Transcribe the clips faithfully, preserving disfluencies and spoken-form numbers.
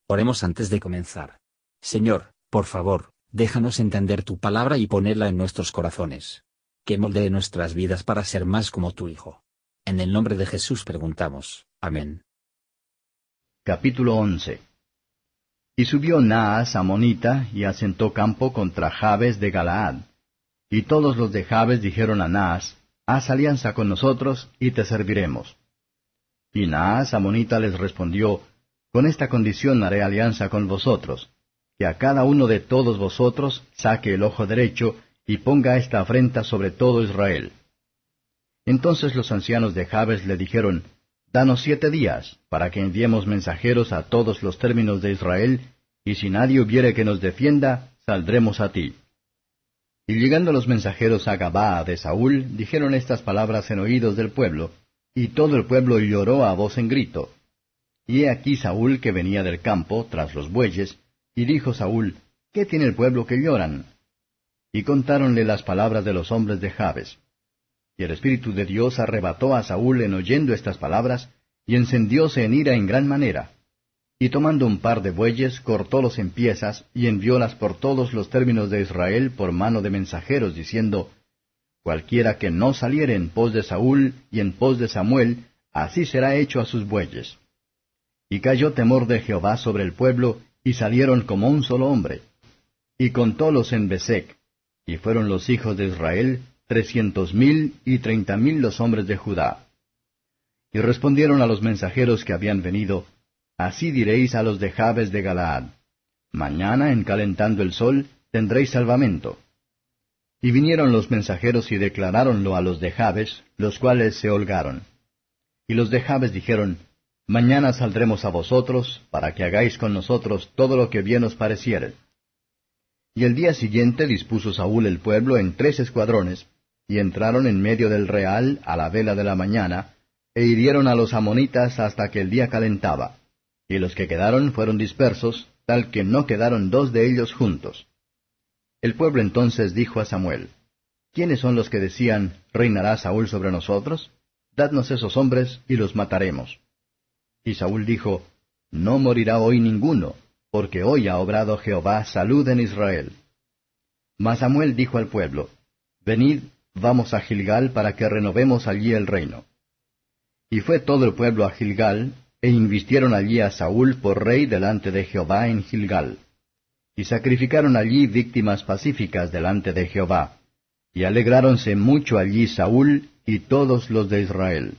Oremos antes de comenzar. Señor, por favor, déjanos entender tu palabra y ponerla en nuestros corazones. Que moldee nuestras vidas para ser más como tu Hijo. En el nombre de Jesús preguntamos. Amén. Capítulo once. Y subió Naas amonita, y asentó campo contra Jabes de Galaad. Y todos los de Jabes dijeron a Naas, Haz alianza con nosotros, y te serviremos. Y Naas amonita les respondió, Con esta condición haré alianza con vosotros, que a cada uno de todos vosotros saque el ojo derecho, y ponga esta afrenta sobre todo Israel. Entonces los ancianos de Jabes le dijeron, Danos siete días, para que enviemos mensajeros a todos los términos de Israel, y si nadie hubiere que nos defienda, saldremos a ti. Y llegando los mensajeros a Gabaa de Saúl, dijeron estas palabras en oídos del pueblo, y todo el pueblo lloró a voz en grito. Y he aquí Saúl que venía del campo, tras los bueyes, y dijo Saúl, ¿Qué tiene el pueblo que lloran? Y contáronle las palabras de los hombres de Jabes. Y el Espíritu de Dios arrebató a Saúl en oyendo estas palabras, y encendióse en ira en gran manera. Y tomando un par de bueyes, cortólos en piezas, y enviólas por todos los términos de Israel por mano de mensajeros, diciendo, Cualquiera que no saliere en pos de Saúl y en pos de Samuel, así será hecho a sus bueyes. Y cayó temor de Jehová sobre el pueblo, y salieron como un solo hombre. Y contólos en Besec, y fueron los hijos de Israel, trescientos mil y treinta mil los hombres de Judá. Y respondieron a los mensajeros que habían venido, Así diréis a los de Jabes de Galaad, Mañana, en calentando el sol, tendréis salvamento. Y vinieron los mensajeros y declaráronlo a los de Jabes, los cuales se holgaron. Y los de Jabes dijeron, Mañana saldremos a vosotros, para que hagáis con nosotros todo lo que bien os pareciere. Y el día siguiente dispuso Saúl el pueblo en tres escuadrones, y entraron en medio del real a la vela de la mañana, e hirieron a los amonitas hasta que el día calentaba. Y los que quedaron fueron dispersos, tal que no quedaron dos de ellos juntos. El pueblo entonces dijo a Samuel, ¿Quiénes son los que decían, ¿reinará Saúl sobre nosotros? Dadnos esos hombres, y los mataremos. Y Saúl dijo, No morirá hoy ninguno, porque hoy ha obrado Jehová salud en Israel. Mas Samuel dijo al pueblo, Venid, vamos a Gilgal para que renovemos allí el reino. Y fue todo el pueblo a Gilgal, e invistieron allí a Saúl por rey delante de Jehová en Gilgal. Y sacrificaron allí víctimas pacíficas delante de Jehová. Y alegráronse mucho allí Saúl y todos los de Israel.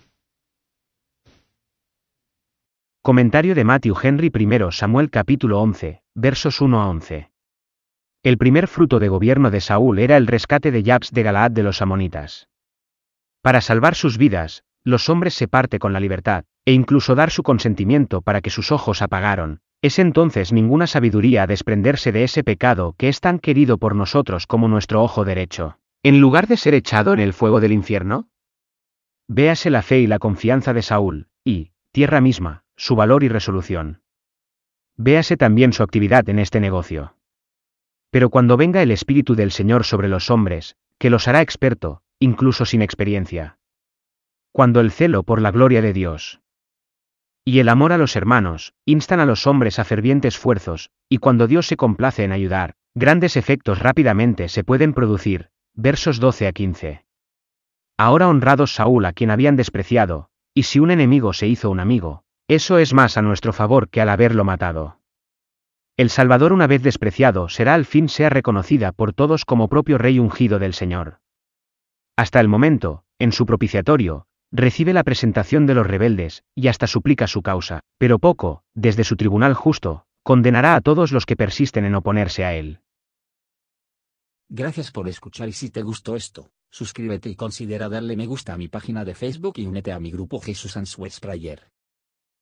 Comentario de Matthew Henry I Samuel capítulo once, versos uno a once. El primer fruto de gobierno de Saúl era el rescate de Jabes de Galaad de los amonitas. Para salvar sus vidas, los hombres se parte con la libertad, e incluso dar su consentimiento para que sus ojos apagaron. ¿Es entonces ninguna sabiduría desprenderse de ese pecado que es tan querido por nosotros como nuestro ojo derecho, en lugar de ser echado en el fuego del infierno? Véase la fe y la confianza de Saúl, y, tierra misma, su valor y resolución. Véase también su actividad en este negocio. Pero cuando venga el Espíritu del Señor sobre los hombres, que los hará experto, incluso sin experiencia. Cuando el celo por la gloria de Dios y el amor a los hermanos instan a los hombres a fervientes esfuerzos, y cuando Dios se complace en ayudar, grandes efectos rápidamente se pueden producir. Versos doce a quince. Ahora honrados Saúl a quien habían despreciado, y si un enemigo se hizo un amigo, eso es más a nuestro favor que al haberlo matado. El Salvador una vez despreciado será al fin sea reconocida por todos como propio Rey ungido del Señor. Hasta el momento, en su propiciatorio, recibe la presentación de los rebeldes, y hasta suplica su causa, pero poco, desde su tribunal justo, condenará a todos los que persisten en oponerse a él. Gracias por escuchar y si te gustó esto, suscríbete y considera darle me gusta a mi página de Facebook y únete a mi grupo Jesús Answers Prayer.